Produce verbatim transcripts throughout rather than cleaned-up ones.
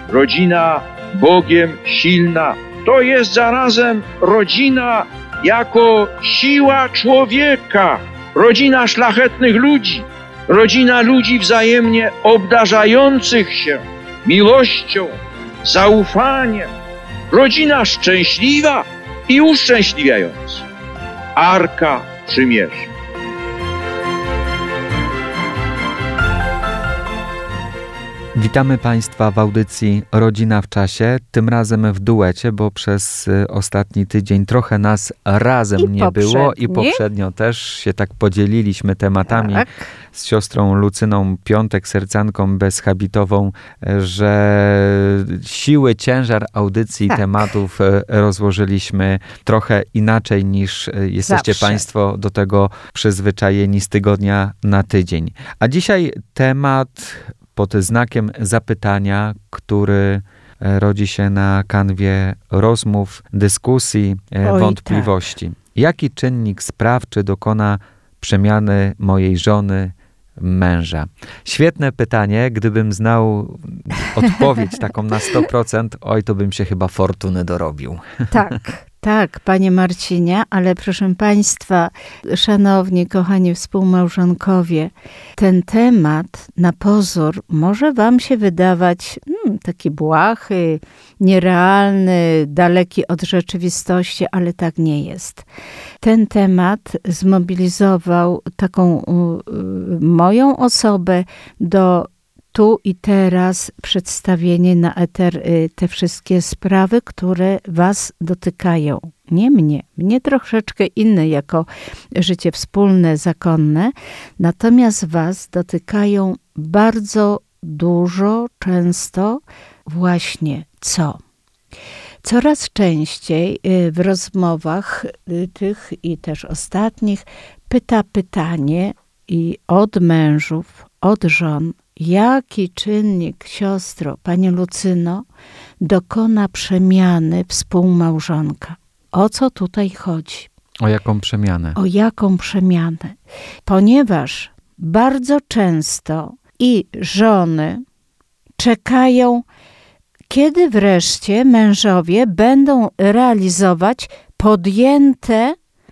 rodzina Bogiem silna. To jest zarazem rodzina jako siła człowieka, rodzina szlachetnych ludzi, rodzina ludzi wzajemnie obdarzających się miłością, zaufaniem, rodzina szczęśliwa i uszczęśliwiająca. Arka Przymierza. Witamy Państwa w audycji Rodzina w czasie, tym razem w duecie, bo przez ostatni tydzień trochę nas razem I nie poprzedni. było i poprzednio też się tak podzieliliśmy tematami Tak. z siostrą Lucyną Piątek, sercanką bezhabitową, że siły, ciężar audycji, Tak. tematów rozłożyliśmy trochę inaczej niż jesteście Zawsze. Państwo do tego przyzwyczajeni z tygodnia na tydzień. A dzisiaj temat pod znakiem zapytania, który rodzi się na kanwie rozmów, dyskusji, Oj, wątpliwości. tak. Jaki czynnik sprawczy dokona przemiany mojej żony, męża? Świetne pytanie. Gdybym znał odpowiedź taką na sto procent, oj, to bym się chyba fortuny dorobił. Tak, tak, panie Marcinie, ale proszę państwa, szanowni, kochani współmałżonkowie, ten temat na pozór może wam się wydawać hmm, taki błahy, nierealny, daleki od rzeczywistości, ale tak nie jest. Ten temat zmobilizował taką y, moją osobę do tu i teraz przedstawienie na eter te wszystkie sprawy, które was dotykają. Nie mnie. Mnie troszeczkę inne jako życie wspólne, zakonne. Natomiast was dotykają bardzo dużo, często właśnie co? Coraz częściej w rozmowach tych i też ostatnich pyta pytanie i od mężów, od żon, jaki czynnik, siostro, pani Lucyno, dokona przemiany współmałżonka? O co tutaj chodzi? O jaką przemianę? O jaką przemianę? Ponieważ bardzo często i żony czekają, kiedy wreszcie mężowie będą realizować podjęte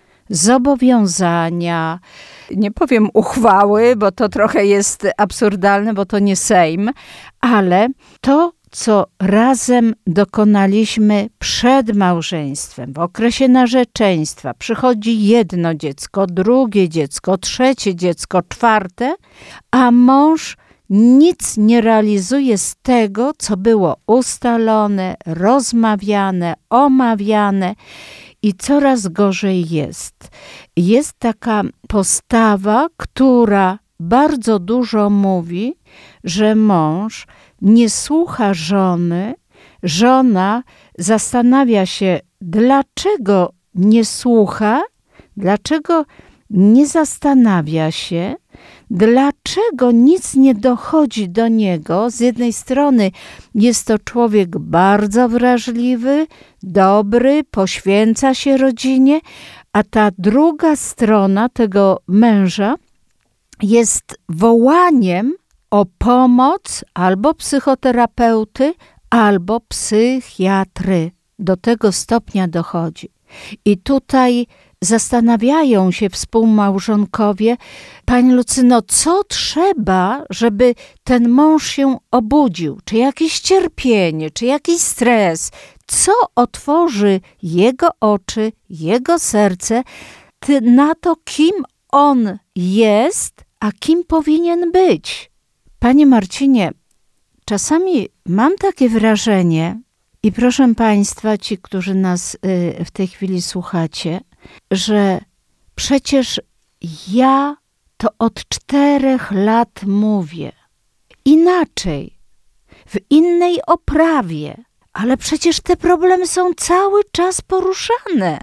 zobowiązania, nie powiem uchwały, bo to trochę jest absurdalne, bo to nie Sejm, ale to, co razem dokonaliśmy przed małżeństwem, w okresie narzeczeństwa. Przychodzi jedno dziecko, drugie dziecko, trzecie dziecko, czwarte, a mąż nic nie realizuje z tego, co było ustalone, rozmawiane, omawiane. I coraz gorzej jest. Jest taka postawa, która bardzo dużo mówi, że mąż nie słucha żony, żona zastanawia się, dlaczego nie słucha, dlaczego nie zastanawia się, dlaczego nic nie dochodzi do niego. Z jednej strony jest to człowiek bardzo wrażliwy, dobry, poświęca się rodzinie, a ta druga strona tego męża jest wołaniem o pomoc albo psychoterapeuty, albo psychiatry. Do tego stopnia dochodzi. I tutaj zastanawiają się współmałżonkowie, pani Lucyno, co trzeba, żeby ten mąż się obudził? Czy jakieś cierpienie, czy jakiś stres? Co otworzy jego oczy, jego serce na to, kim on jest, a kim powinien być? Panie Marcinie, czasami mam takie wrażenie, i proszę państwa, ci, którzy nas w tej chwili słuchacie, że przecież ja to od czterech lat mówię. Inaczej, w innej oprawie, ale przecież te problemy są cały czas poruszane.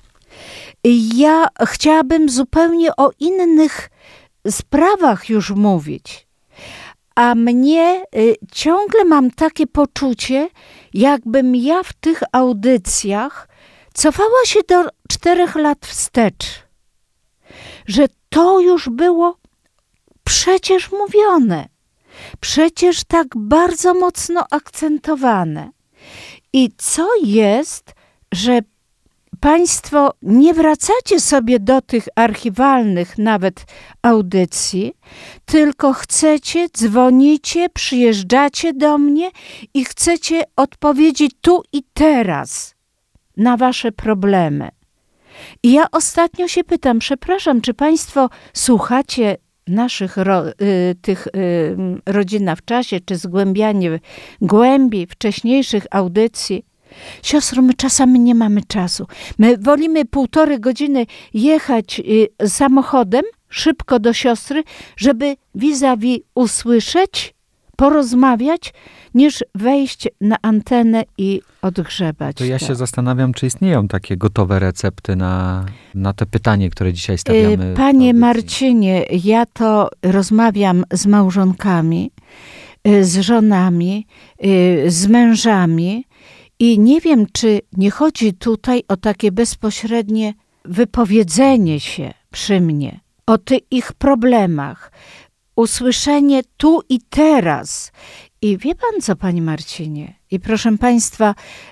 Ja chciałabym zupełnie o innych sprawach już mówić. A mnie y, ciągle mam takie poczucie, jakbym ja w tych audycjach cofała się do czterech lat wstecz. Że to już było przecież mówione. przecież tak bardzo mocno akcentowane. I co jest, że Państwo nie wracacie sobie do tych archiwalnych nawet audycji, tylko chcecie, dzwonicie, przyjeżdżacie do mnie i chcecie odpowiedzieć tu i teraz na wasze problemy. I ja ostatnio się pytam, przepraszam, czy Państwo słuchacie naszych ro, y, tych y, Rodzina w czasie, czy zgłębianie głębi wcześniejszych audycji? Siostro, my czasami nie mamy czasu. My wolimy półtorej godziny jechać y, samochodem szybko do siostry, żeby vis-a-vis usłyszeć, porozmawiać, niż wejść na antenę i odgrzebać. To ja to. się zastanawiam, czy istnieją takie gotowe recepty na, na te pytanie, które dzisiaj stawiamy. Panie Marcinie, ja to rozmawiam z małżonkami, z żonami, z mężami i nie wiem, czy nie chodzi tutaj o takie bezpośrednie wypowiedzenie się przy mnie, o tych ich problemach, usłyszenie tu i teraz. I wie pan co, panie Marcinie? I proszę państwa,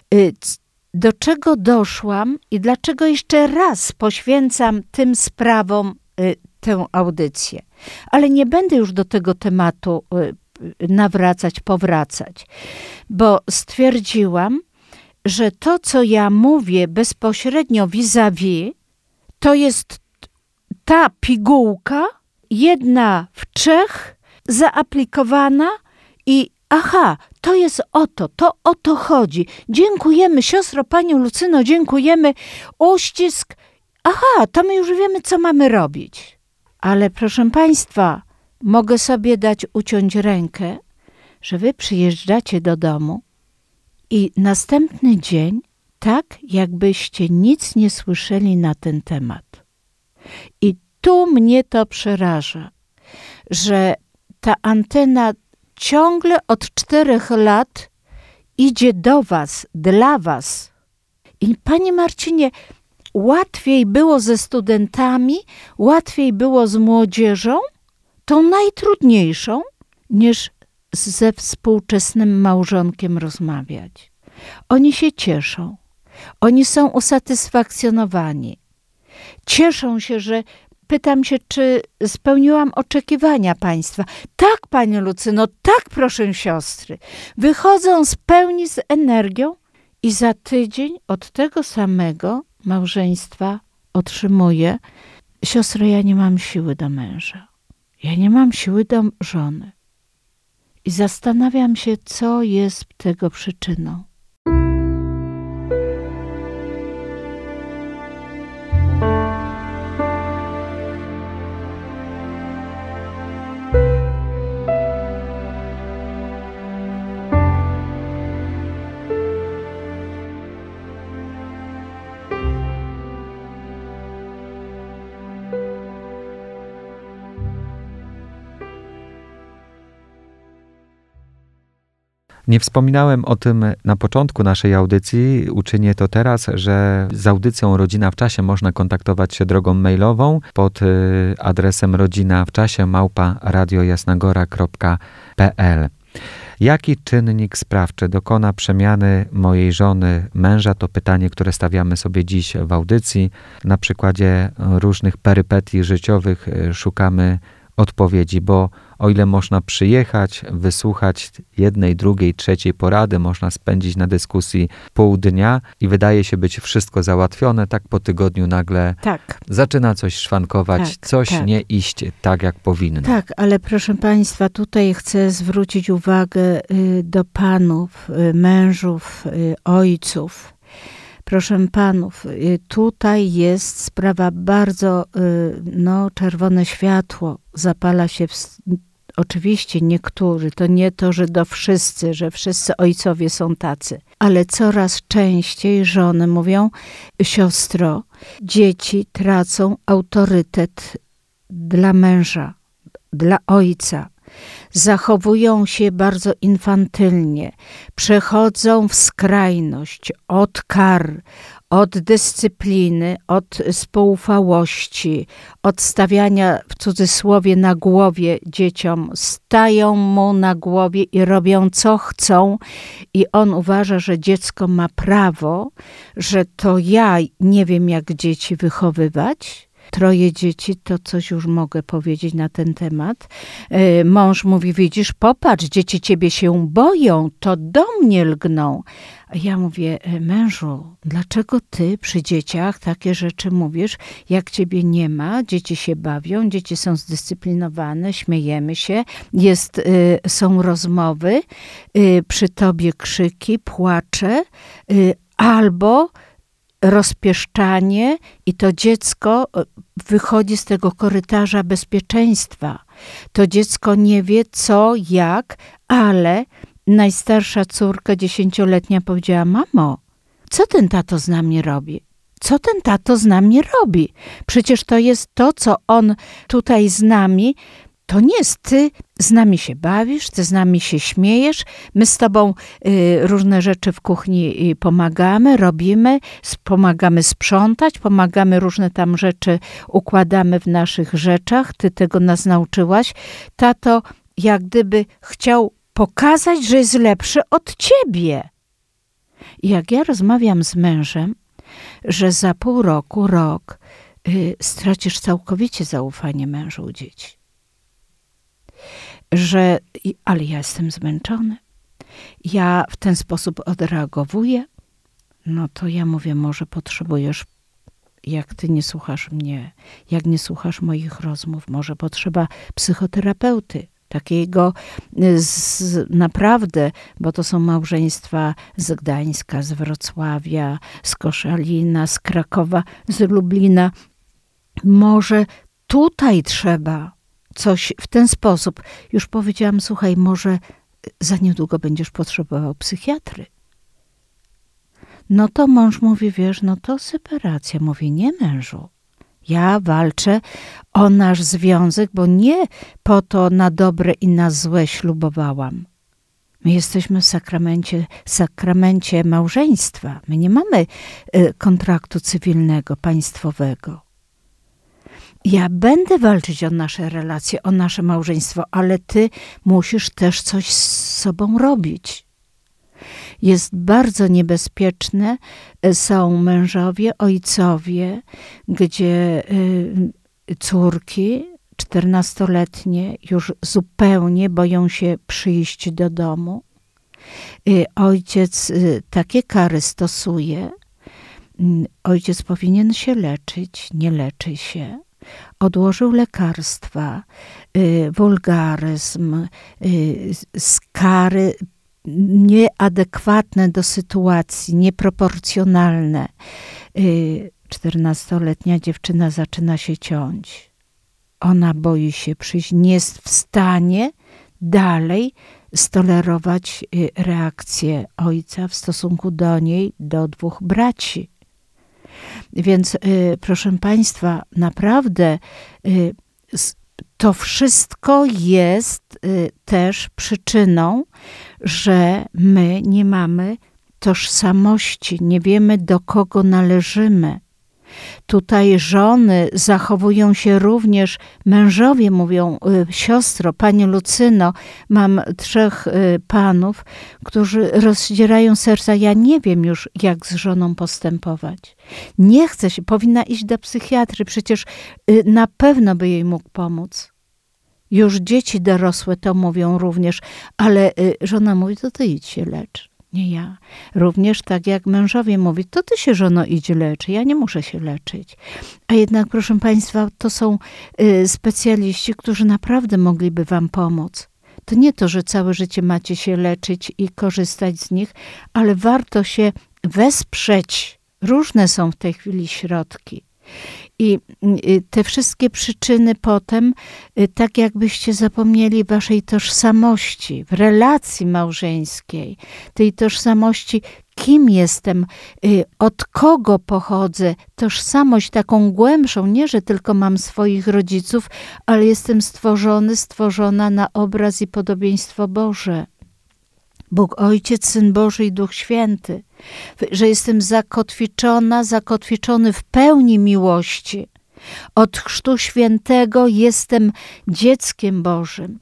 do czego doszłam i dlaczego jeszcze raz poświęcam tym sprawom tę audycję. Ale nie będę już do tego tematu nawracać, powracać, bo stwierdziłam, że to, co ja mówię bezpośrednio vis-a-vis, to jest ta pigułka, jedna w trzech, zaaplikowana i aha, to jest o to, to o to chodzi. Dziękujemy, siostro, panią Lucyno, dziękujemy, uścisk. Aha, to my już wiemy, co mamy robić. Ale proszę państwa, mogę sobie dać uciąć rękę, że wy przyjeżdżacie do domu i następny dzień tak, jakbyście nic nie słyszeli na ten temat. I tu mnie to przeraża, że ta antena ciągle od czterech lat idzie do was, dla was. I panie Marcinie, łatwiej było ze studentami, łatwiej było z młodzieżą, tą najtrudniejszą, niż ze współczesnym małżonkiem rozmawiać. Oni się cieszą. Oni są usatysfakcjonowani. Cieszą się, że pytam się, czy spełniłam oczekiwania państwa. Tak, pani Lucyno, tak, proszę siostry. Wychodzą z pełni z energią i za tydzień od tego samego małżeństwa otrzymuję: siostro, ja nie mam siły do męża. Ja nie mam siły do żony. I zastanawiam się, co jest tego przyczyną. Nie wspominałem o tym na początku naszej audycji, uczynię to teraz, że z audycją Rodzina w czasie można kontaktować się drogą mailową pod adresem rodzina w czasie małpa radiojasnagora kropka pe el. Jaki czynnik sprawczy dokona przemiany mojej żony, męża? To pytanie, które stawiamy sobie dziś w audycji. Na przykładzie różnych perypetii życiowych szukamy odpowiedzi, bo o ile można przyjechać, wysłuchać jednej, drugiej, trzeciej porady, można spędzić na dyskusji pół dnia i wydaje się być wszystko załatwione, tak po tygodniu nagle tak. zaczyna coś szwankować, tak, coś tak. nie iść tak, jak powinno. Tak, ale proszę państwa, tutaj chcę zwrócić uwagę do panów, mężów, ojców. Proszę panów, tutaj jest sprawa bardzo, no, czerwone światło zapala się, w, oczywiście niektórzy, to nie to, że do wszyscy, że wszyscy ojcowie są tacy, ale coraz częściej żony mówią: siostro, dzieci tracą autorytet dla męża, dla ojca. Zachowują się bardzo infantylnie, przechodzą w skrajność od kar, od dyscypliny, od spoufałości, od stawiania w cudzysłowie na głowie dzieciom, stają mu na głowie i robią co chcą i on uważa, że dziecko ma prawo, że to ja nie wiem jak dzieci wychowywać. Troje dzieci, to coś już mogę powiedzieć na ten temat. Mąż mówi, widzisz, popatrz, dzieci ciebie się boją, to do mnie lgną. A ja mówię, mężu, dlaczego ty przy dzieciach takie rzeczy mówisz, jak ciebie nie ma, dzieci się bawią, dzieci są zdyscyplinowane, śmiejemy się, jest, y, są rozmowy, y, przy tobie krzyki, płacze, y, albo rozpieszczanie i to dziecko wychodzi z tego korytarza bezpieczeństwa. To dziecko nie wie co, jak, ale najstarsza córka dziesięcioletnia powiedziała, mamo, co ten tato z nami robi? Co ten tato z nami robi? Przecież to jest to, co on tutaj z nami. To nie jest ty, z nami się bawisz, ty z nami się śmiejesz, my z tobą y, różne rzeczy w kuchni y, pomagamy, robimy, pomagamy sprzątać, pomagamy różne tam rzeczy, układamy w naszych rzeczach, ty tego nas nauczyłaś. Tato jak gdyby chciał pokazać, że jest lepszy od ciebie. I jak ja rozmawiam z mężem, że za pół roku, rok y, stracisz całkowicie zaufanie mężu u dzieci. Że, ale ja jestem zmęczony. Ja w ten sposób odreagowuję. No to ja mówię, może potrzebujesz, jak ty nie słuchasz mnie, jak nie słuchasz moich rozmów, może potrzeba psychoterapeuty. Takiego z, naprawdę, bo to są małżeństwa z Gdańska, z Wrocławia, z Koszalina, z Krakowa, z Lublina. Może tutaj trzeba coś w ten sposób. Już powiedziałam, słuchaj, może za niedługo będziesz potrzebował psychiatry. No to mąż mówi, wiesz, no to separacja. Mówi, nie mężu. Ja walczę o nasz związek, bo nie po to na dobre i na złe ślubowałam. My jesteśmy w sakramencie, sakramencie małżeństwa. My nie mamy y, kontraktu cywilnego, państwowego. Ja będę walczyć o nasze relacje, o nasze małżeństwo, ale ty musisz też coś z sobą robić. Jest bardzo niebezpieczne, są mężowie, ojcowie, gdzie y, córki czternastoletnie już zupełnie boją się przyjść do domu. Y, ojciec y, takie kary stosuje. Y, ojciec powinien się leczyć, nie leczy się. Odłożył lekarstwa, y, wulgaryzm, y, skary nieadekwatne do sytuacji, nieproporcjonalne. Y, czternastoletnia dziewczyna zaczyna się ciąć. Ona boi się przyjść, nie jest w stanie dalej stolerować y, reakcję ojca w stosunku do niej, do dwóch braci. Więc, y, proszę Państwa, naprawdę y, to wszystko jest y, też przyczyną, że my nie mamy tożsamości, nie wiemy, do kogo należymy. Tutaj żony zachowują się również, mężowie mówią, y, siostro, pani Lucyno, mam trzech y, panów, którzy rozdzierają serca. Ja nie wiem już, jak z żoną postępować. Nie chce się, powinna iść do psychiatry, przecież y, na pewno by jej mógł pomóc. Już dzieci dorosłe to mówią również, ale y, żona mówi, to ty idź się lecz. Nie ja. Również tak jak mężowie mówi, to ty się, żono, idź leczy, ja nie muszę się leczyć. A jednak, proszę Państwa, to są y, specjaliści, którzy naprawdę mogliby wam pomóc. To nie to, że całe życie macie się leczyć i korzystać z nich, ale warto się wesprzeć. Różne są w tej chwili środki. I te wszystkie przyczyny potem, tak jakbyście zapomnieli waszej tożsamości, w relacji małżeńskiej, tej tożsamości, kim jestem, od kogo pochodzę, tożsamość taką głębszą, nie, że tylko mam swoich rodziców, ale jestem stworzony, stworzona na obraz i podobieństwo Boże. Bóg Ojciec, Syn Boży i Duch Święty, że jestem zakotwiczona, zakotwiczony w pełni miłości. Od Chrztu Świętego jestem dzieckiem Bożym.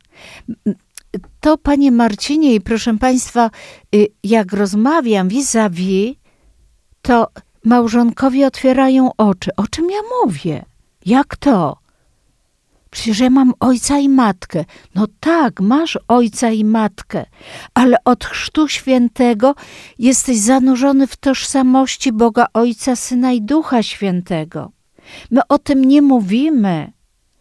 To, Panie Marcinie, i proszę Państwa, jak rozmawiam vis-a-vis, to małżonkowie otwierają oczy. O czym ja mówię? Jak to? Przecież ja mam ojca i matkę. No tak, masz ojca i matkę, ale od Chrztu Świętego jesteś zanurzony w tożsamości Boga Ojca, Syna i Ducha Świętego. My o tym nie mówimy.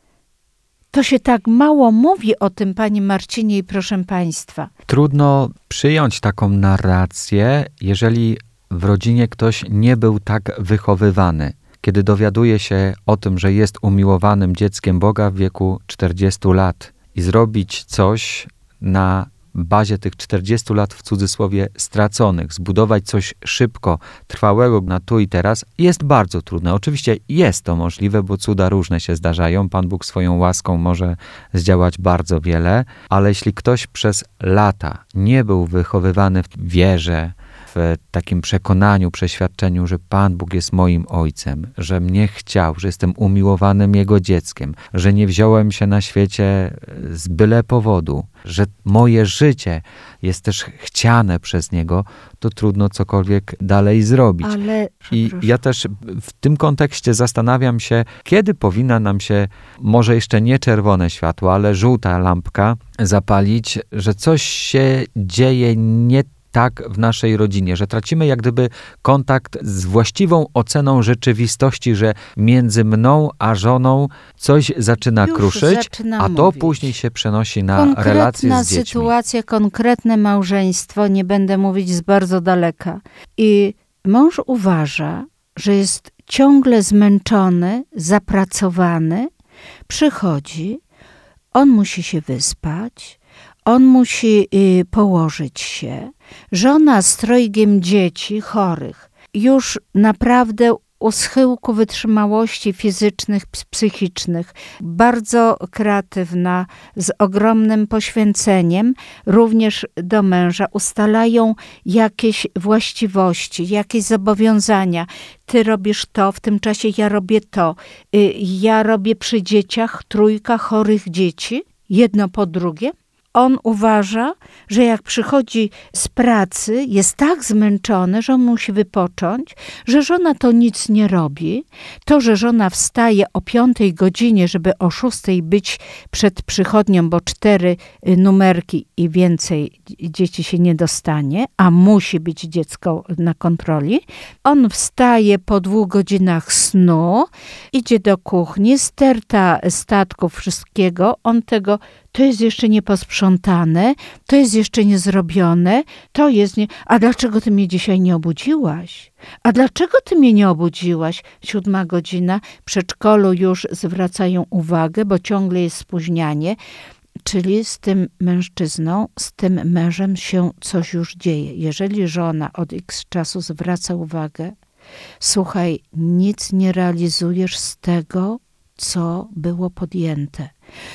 To się tak mało mówi o tym, Panie Marcinie, i proszę Państwa. Trudno przyjąć taką narrację, jeżeli w rodzinie ktoś nie był tak wychowywany. Kiedy dowiaduje się o tym, że jest umiłowanym dzieckiem Boga w wieku czterdziestu lat i zrobić coś na bazie tych czterdziestu lat w cudzysłowie straconych, zbudować coś szybko, trwałego na tu i teraz, jest bardzo trudne. Oczywiście jest to możliwe, bo cuda różne się zdarzają. Pan Bóg swoją łaską może zdziałać bardzo wiele, ale jeśli ktoś przez lata nie był wychowywany w wierze, w takim przekonaniu, przeświadczeniu, że Pan Bóg jest moim Ojcem, że mnie chciał, że jestem umiłowanym Jego dzieckiem, że nie wziąłem się na świecie z byle powodu, że moje życie jest też chciane przez Niego, to trudno cokolwiek dalej zrobić. Ale, I ja też w tym kontekście zastanawiam się, kiedy powinna nam się, może jeszcze nie czerwone światło, ale żółta lampka zapalić, że coś się dzieje nie tak w naszej rodzinie, że tracimy jak gdyby kontakt z właściwą oceną rzeczywistości, że między mną a żoną coś zaczyna Już kruszyć, zaczyna a to mówić. później się przenosi na Konkretna relacje z dziećmi. sytuacja, konkretne małżeństwo, nie będę mówić z bardzo daleka. I mąż uważa, że jest ciągle zmęczony, zapracowany, przychodzi, on musi się wyspać, on musi y, położyć się. Żona z trojgiem dzieci chorych, już naprawdę u schyłku wytrzymałości fizycznych, psychicznych, bardzo kreatywna, z ogromnym poświęceniem, również do męża, ustalają jakieś właściwości, jakieś zobowiązania. Ty robisz to, w tym czasie ja robię to. Y, ja robię przy dzieciach, trójka chorych dzieci, jedno po drugie. On uważa, że jak przychodzi z pracy, jest tak zmęczony, że on musi wypocząć, że żona to nic nie robi. To, że żona wstaje o piątej godzinie, żeby o szóstej być przed przychodnią, bo cztery numerki i więcej dzieci się nie dostanie, a musi być dziecko na kontroli. On wstaje po dwóch godzinach snu, idzie do kuchni, sterta statków wszystkiego, on tego... To jest jeszcze nieposprzątane, to jest jeszcze niezrobione, to jest nie... A dlaczego ty mnie dzisiaj nie obudziłaś? A dlaczego ty mnie nie obudziłaś? Siódma godzina, w przedszkolu już zwracają uwagę, bo ciągle jest spóźnianie, czyli z tym mężczyzną, z tym mężem się coś już dzieje. Jeżeli żona od x czasu zwraca uwagę, słuchaj, nic nie realizujesz z tego, co było podjęte.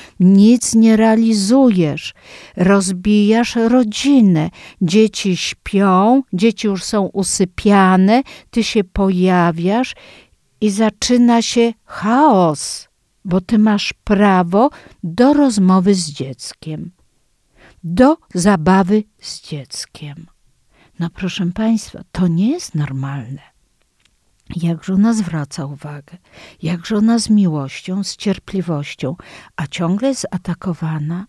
Nic nie realizujesz. Rozbijasz rodzinę. Dzieci śpią, dzieci już są usypiane, ty się pojawiasz i zaczyna się chaos, bo ty masz prawo do rozmowy z dzieckiem, do zabawy z dzieckiem. No proszę Państwa, to nie jest normalne. Jak żona zwraca uwagę, jak żona z miłością, z cierpliwością, a ciągle jest atakowana,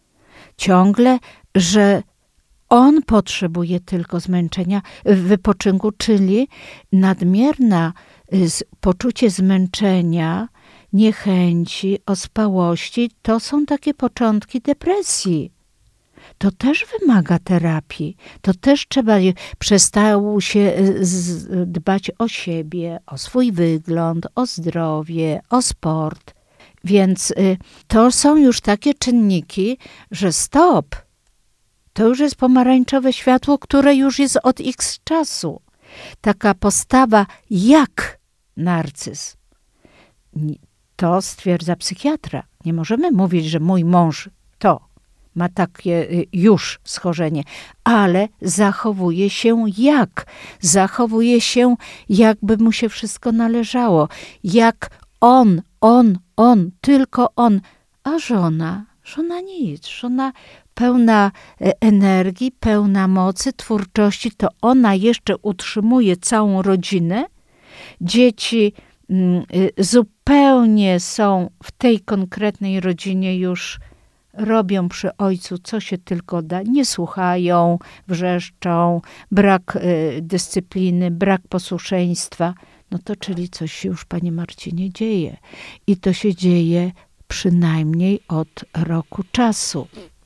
ciągle, że on potrzebuje tylko zmęczenia, wypoczynku, czyli nadmierna poczucie zmęczenia, niechęci, ospałości, to są takie początki depresji. To też wymaga terapii. To też trzeba przestał się dbać o siebie, o swój wygląd, o zdrowie, o sport. Więc to są już takie czynniki, że stop. To już jest pomarańczowe światło, które już jest od x czasu. Taka postawa jak narcyz. To stwierdza psychiatra. Nie możemy mówić, że mój mąż to. ma takie już schorzenie, ale zachowuje się jak? Zachowuje się, jakby mu się wszystko należało. Jak on, on, on, tylko on. A żona, żona nic, żona pełna energii, pełna mocy, twórczości, to ona jeszcze utrzymuje całą rodzinę. Dzieci zupełnie są w tej konkretnej rodzinie już, robią przy ojcu, co się tylko da. Nie słuchają, wrzeszczą, brak y, dyscypliny, brak posłuszeństwa. No to czyli coś się już, panie Marcinie, dzieje. I to się dzieje przynajmniej od roku czasu.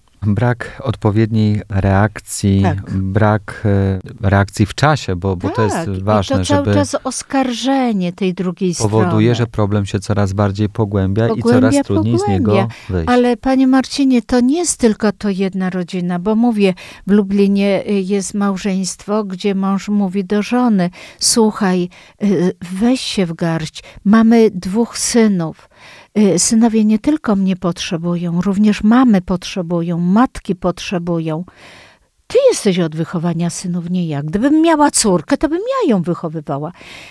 Brak odpowiedniej reakcji, tak. brak e, reakcji w czasie, bo, bo tak, to jest ważne, i to cały żeby czas oskarżenie tej drugiej powoduje, strony. Powoduje, że problem się coraz bardziej pogłębia, pogłębia i coraz trudniej pogłębia. z niego wyjść. Ale panie Marcinie, to nie jest tylko to jedna rodzina, bo mówię, w Lublinie jest małżeństwo, gdzie mąż mówi do żony, słuchaj, weź się w garść, mamy dwóch synów. Synowie nie tylko mnie potrzebują, również mamy potrzebują, matki potrzebują. Ty jesteś od wychowania synów, nie ja. Gdybym miała córkę, to bym ja ją wychowywała.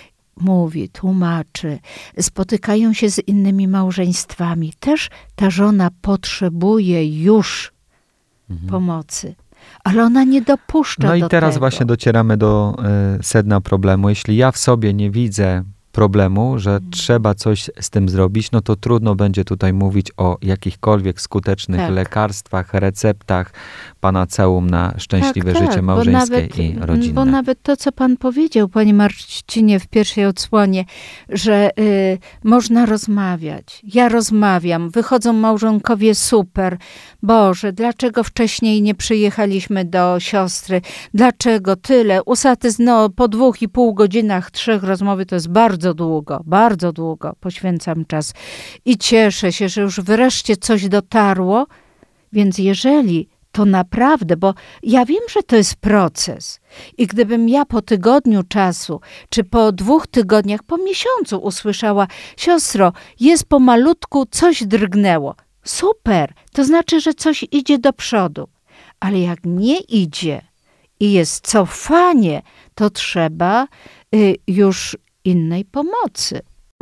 Mówi, tłumaczy, spotykają się z innymi małżeństwami. Też ta żona potrzebuje już mhm. pomocy. Ale ona nie dopuszcza No do i teraz tego. właśnie docieramy do y, sedna problemu. Jeśli ja w sobie nie widzę problemu, że hmm. trzeba coś z tym zrobić, no to trudno będzie tutaj mówić o jakichkolwiek skutecznych tak. lekarstwach, receptach, panaceum na szczęśliwe tak, życie tak, małżeńskie nawet, i rodzinne. Bo nawet to, co pan powiedział, panie Marcinie, w pierwszej odsłonie, że y, można rozmawiać. Ja rozmawiam, wychodzą małżonkowie super. Boże, dlaczego wcześniej nie przyjechaliśmy do siostry? Dlaczego tyle? Usatyz, no po dwóch i pół godzinach, trzech rozmowy to jest bardzo długo, bardzo długo poświęcam czas. I cieszę się, że już wreszcie coś dotarło. Więc jeżeli to naprawdę, bo ja wiem, że to jest proces. I gdybym ja po tygodniu czasu, czy po dwóch tygodniach, po miesiącu usłyszała, siostro, jest pomalutku, coś drgnęło. Super, to znaczy, że coś idzie do przodu. Ale jak nie idzie i jest cofanie, to trzeba y, już innej pomocy.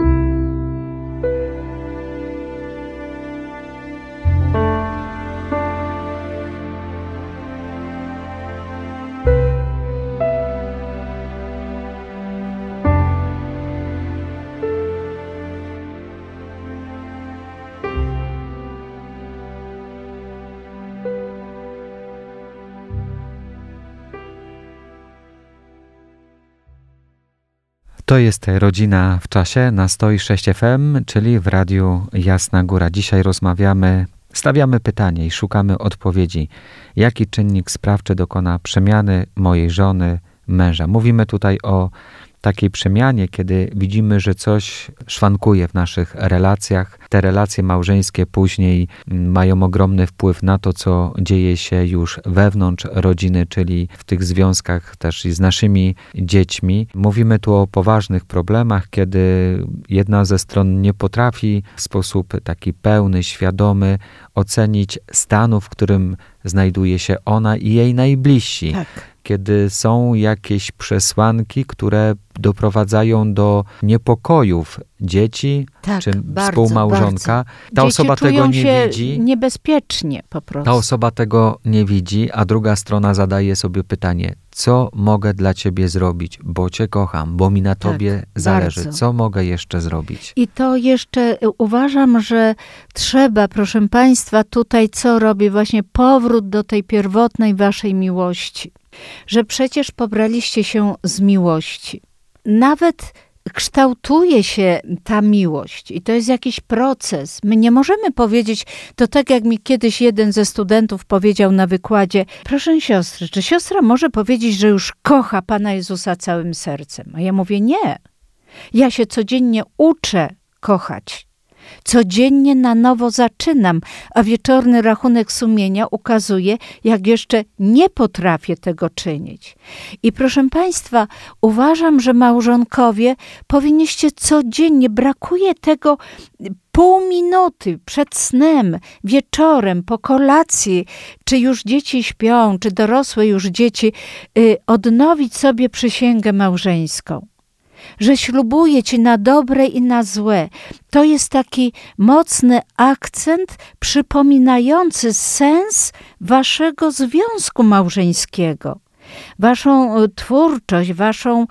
To jest Rodzina w czasie na sto i sześć F M, czyli w Radiu Jasna Góra. Dzisiaj rozmawiamy, stawiamy pytanie i szukamy odpowiedzi. Jaki czynnik sprawczy dokona przemiany mojej żony, męża? Mówimy tutaj o takiej przemianie, kiedy widzimy, że coś szwankuje w naszych relacjach. Te relacje małżeńskie później mają ogromny wpływ na to, co dzieje się już wewnątrz rodziny, czyli w tych związkach też i z naszymi dziećmi. Mówimy tu o poważnych problemach, kiedy jedna ze stron nie potrafi w sposób taki pełny, świadomy ocenić stanu, w którym znajduje się ona i jej najbliżsi. Tak. Kiedy są jakieś przesłanki, które doprowadzają do niepokojów dzieci, tak, czy bardzo, współmałżonka. Bardzo. Ta Dzieci osoba czują tego nie się widzi. Niebezpiecznie po prostu. Ta osoba tego nie widzi, a druga strona zadaje sobie pytanie, co mogę dla ciebie zrobić, bo cię kocham, bo mi na tobie tak, zależy. Bardzo. Co mogę jeszcze zrobić? I to jeszcze uważam, że trzeba, proszę państwa, tutaj co robię? Właśnie powrót do tej pierwotnej waszej miłości. Że przecież pobraliście się z miłości. Nawet kształtuje się ta miłość i to jest jakiś proces. My nie możemy powiedzieć, to tak jak mi kiedyś jeden ze studentów powiedział na wykładzie, proszę siostry, czy siostra może powiedzieć, że już kocha Pana Jezusa całym sercem? A ja mówię, nie. Ja się codziennie uczę kochać. Codziennie na nowo zaczynam, a wieczorny rachunek sumienia ukazuje, jak jeszcze nie potrafię tego czynić. I proszę państwa, uważam, że małżonkowie powinniście codziennie, brakuje tego pół minuty przed snem, wieczorem, po kolacji, czy już dzieci śpią, czy dorosłe już dzieci, y, odnowić sobie przysięgę małżeńską. Że ślubuję ci na dobre i na złe. To jest taki mocny akcent przypominający sens waszego związku małżeńskiego. Waszą twórczość, waszą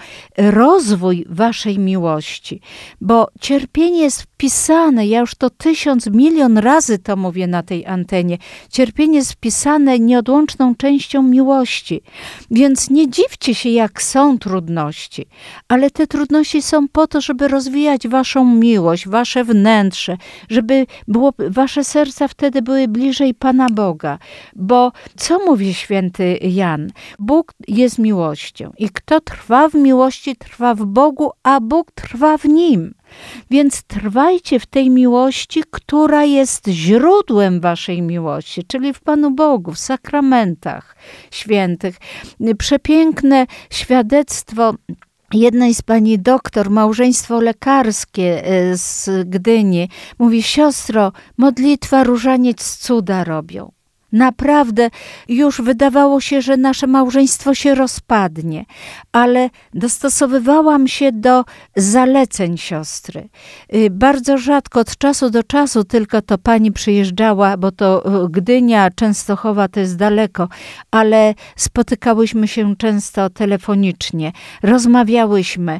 rozwój waszej miłości. Bo cierpienie jest wpisane, ja już to tysiąc, milion razy to mówię na tej antenie, cierpienie jest wpisane nieodłączną częścią miłości. Więc nie dziwcie się, jak są trudności, ale te trudności są po to, żeby rozwijać waszą miłość, wasze wnętrze, żeby było, wasze serca wtedy były bliżej Pana Boga. Bo co mówi święty Jan? Bóg jest miłością i kto trwa w miłości, trwa w Bogu, a Bóg trwa w nim. Więc trwajcie w tej miłości, która jest źródłem waszej miłości, czyli w Panu Bogu, w sakramentach świętych. Przepiękne świadectwo jednej z pani doktor, małżeństwo lekarskie z Gdyni, mówi: siostro, modlitwa, różaniec cuda robią. Naprawdę już wydawało się, że nasze małżeństwo się rozpadnie, ale dostosowywałam się do zaleceń siostry. Bardzo rzadko, od czasu do czasu tylko to pani przyjeżdżała, bo to Gdynia, Częstochowa to jest daleko, ale spotykałyśmy się często telefonicznie, rozmawiałyśmy.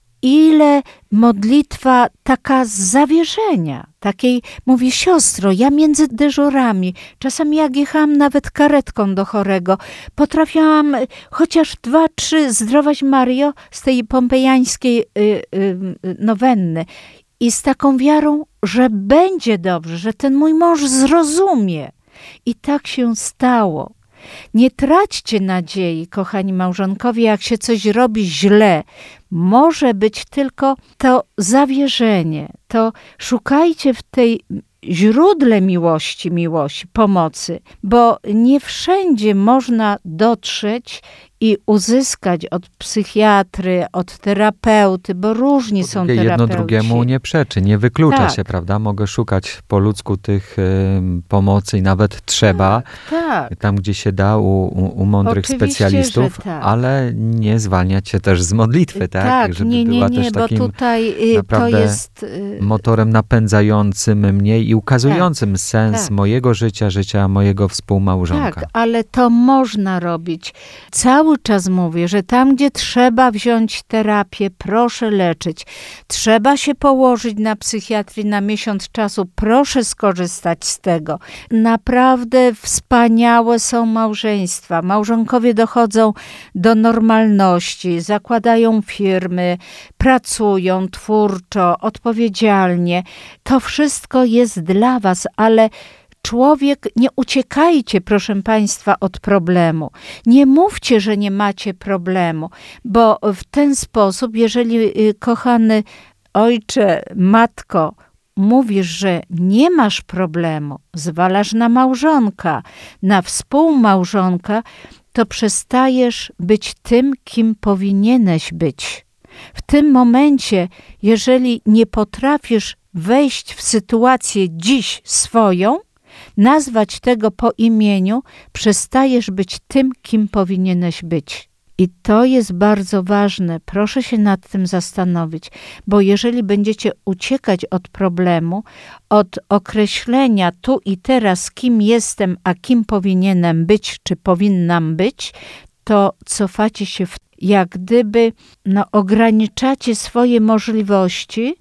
Ile modlitwa taka z zawierzenia, takiej, mówi: siostro, ja między dyżurami, czasami jak jechałam nawet karetką do chorego, potrafiłam chociaż dwa, trzy Zdrowaś Maryjo z tej pompejańskiej y, y, nowenny i z taką wiarą, że będzie dobrze, że ten mój mąż zrozumie. I tak się stało. Nie traćcie nadziei, kochani małżonkowie, jak się coś robi źle. Może być tylko to zawierzenie. To szukajcie w tej źródle miłości, miłości, pomocy, bo nie wszędzie można dotrzeć i uzyskać od psychiatry, od terapeuty, bo różni po są drugie, terapeuci. Jedno drugiemu nie przeczy, nie wyklucza tak. się, prawda? Mogę szukać po ludzku tych y, pomocy i nawet trzeba, tak, tak. tam gdzie się da u, u, u mądrych Oczywiście, specjalistów, że tak. ale nie zwalniać się też z modlitwy, tak? Tak, Żeby nie, nie, była nie, też bo takim tutaj y, naprawdę to jest... Y, motorem napędzającym mnie i ukazującym tak, sens tak. mojego życia, życia mojego współmałżonka. Tak, ale to można robić. Cały czas mówię, że tam, gdzie trzeba wziąć terapię, proszę leczyć. Trzeba się położyć na psychiatrii na miesiąc czasu, proszę skorzystać z tego. Naprawdę wspaniałe są małżeństwa. Małżonkowie dochodzą do normalności, zakładają firmy, pracują twórczo, odpowiedzialnie. To wszystko jest dla was, ale człowiek, nie uciekajcie, proszę państwa, od problemu. Nie mówcie, że nie macie problemu, bo w ten sposób, jeżeli, kochany ojcze, matko, mówisz, że nie masz problemu, zwalasz na małżonka, na współmałżonka, to przestajesz być tym, kim powinieneś być. W tym momencie, jeżeli nie potrafisz wejść w sytuację dziś swoją, nazwać tego po imieniu, przestajesz być tym, kim powinieneś być. I to jest bardzo ważne. Proszę się nad tym zastanowić, bo jeżeli będziecie uciekać od problemu, od określenia tu i teraz, kim jestem, a kim powinienem być, czy powinnam być, to cofacie się, w, jak gdyby no, ograniczacie swoje możliwości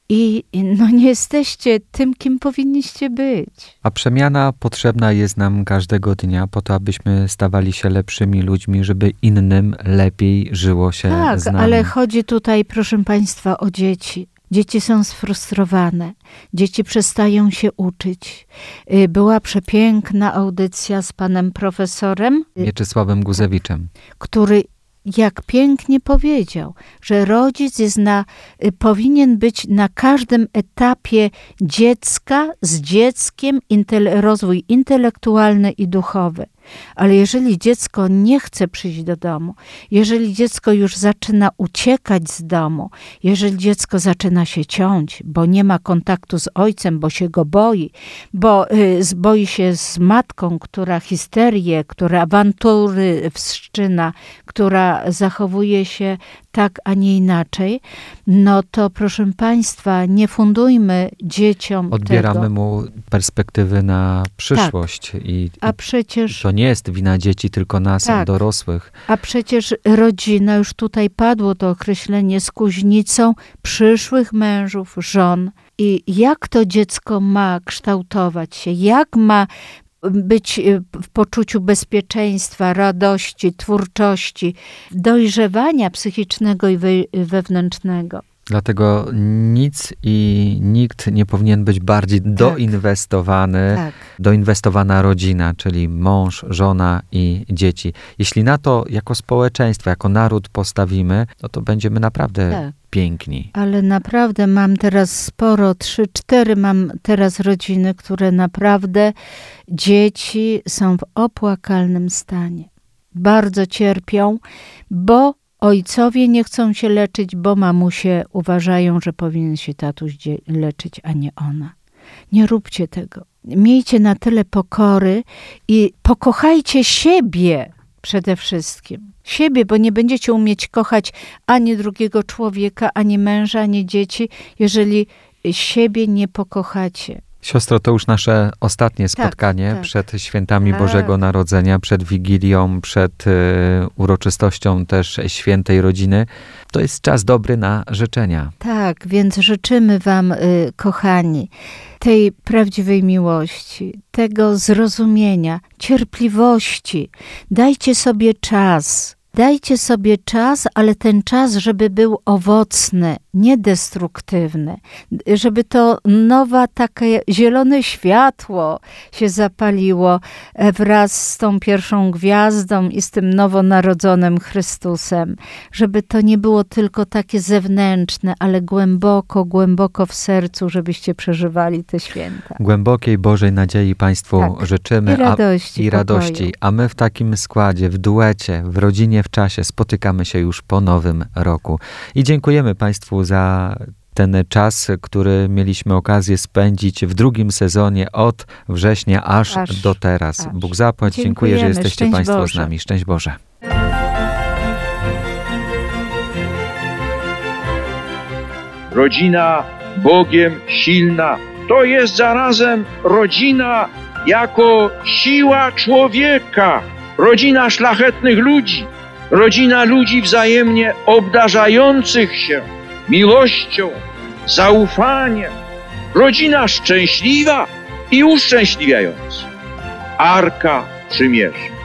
i no, nie jesteście tym, kim powinniście być. A przemiana potrzebna jest nam każdego dnia po to, abyśmy stawali się lepszymi ludźmi, żeby innym lepiej żyło się tak, z nami. Ale chodzi tutaj, proszę państwa, o dzieci. Dzieci są sfrustrowane, dzieci przestają się uczyć. Była przepiękna audycja z panem profesorem Mieczysławem Guzewiczem, który jak pięknie powiedział, że rodzic jest na, powinien być na każdym etapie dziecka z dzieckiem, intele, rozwój intelektualny i duchowy. Ale jeżeli dziecko nie chce przyjść do domu, jeżeli dziecko już zaczyna uciekać z domu, jeżeli dziecko zaczyna się ciąć, bo nie ma kontaktu z ojcem, bo się go boi, bo y, boi się z matką, która histerię, która awantury wszczyna, która zachowuje się tak, a nie inaczej, no to proszę Państwa, nie fundujmy dzieciom Odbieramy tego. mu perspektywy na przyszłość. Tak. I, A i przecież... to nie jest wina dzieci, tylko nas, Tak. dorosłych. A przecież rodzina, już tutaj padło to określenie, jest kuźnicą przyszłych mężów, żon. I jak to dziecko ma kształtować się? Jak ma być w poczuciu bezpieczeństwa, radości, twórczości, dojrzewania psychicznego i wewnętrznego? Dlatego nic i nikt nie powinien być bardziej tak. doinwestowany, tak. doinwestowana rodzina, czyli mąż, żona i dzieci. Jeśli na to jako społeczeństwo, jako naród postawimy, no to będziemy naprawdę tak. piękni. Ale naprawdę mam teraz sporo, trzy, cztery mam teraz rodziny, które naprawdę dzieci są w opłakalnym stanie. Bardzo cierpią, bo ojcowie nie chcą się leczyć, bo mamusie uważają, że powinien się tatuś leczyć, a nie ona. Nie róbcie tego. Miejcie na tyle pokory i pokochajcie siebie przede wszystkim. Siebie, bo nie będziecie umieć kochać ani drugiego człowieka, ani męża, ani dzieci, jeżeli siebie nie pokochacie. Siostro, to już nasze ostatnie spotkanie tak, tak. przed świętami tak. Bożego Narodzenia, przed Wigilią, przed y, uroczystością też Świętej Rodziny. To jest czas dobry na życzenia. Tak, więc życzymy wam, y, kochani, tej prawdziwej miłości, tego zrozumienia, cierpliwości. Dajcie sobie czas. Dajcie sobie czas, ale ten czas, żeby był owocny, niedestruktywny, żeby to nowe takie zielone światło się zapaliło wraz z tą pierwszą gwiazdą i z tym nowonarodzonym Chrystusem, żeby to nie było tylko takie zewnętrzne, ale głęboko, głęboko w sercu, żebyście przeżywali te święta. Głębokiej Bożej nadziei Państwu tak. życzymy i radości, a, i radości, a my w takim składzie, w duecie, w rodzinie w czasie spotykamy się już po nowym roku. I dziękujemy Państwu za ten czas, który mieliśmy okazję spędzić w drugim sezonie od września aż, aż do teraz. Aż. Bóg zapłać. Dziękuję, że jesteście Szczęść Państwo Boże. z nami. Szczęść Boże. Rodzina Bogiem silna. To jest zarazem rodzina jako siła człowieka. Rodzina szlachetnych ludzi. Rodzina ludzi wzajemnie obdarzających się miłością, zaufaniem. Rodzina szczęśliwa i uszczęśliwiająca. Arka Przymierza.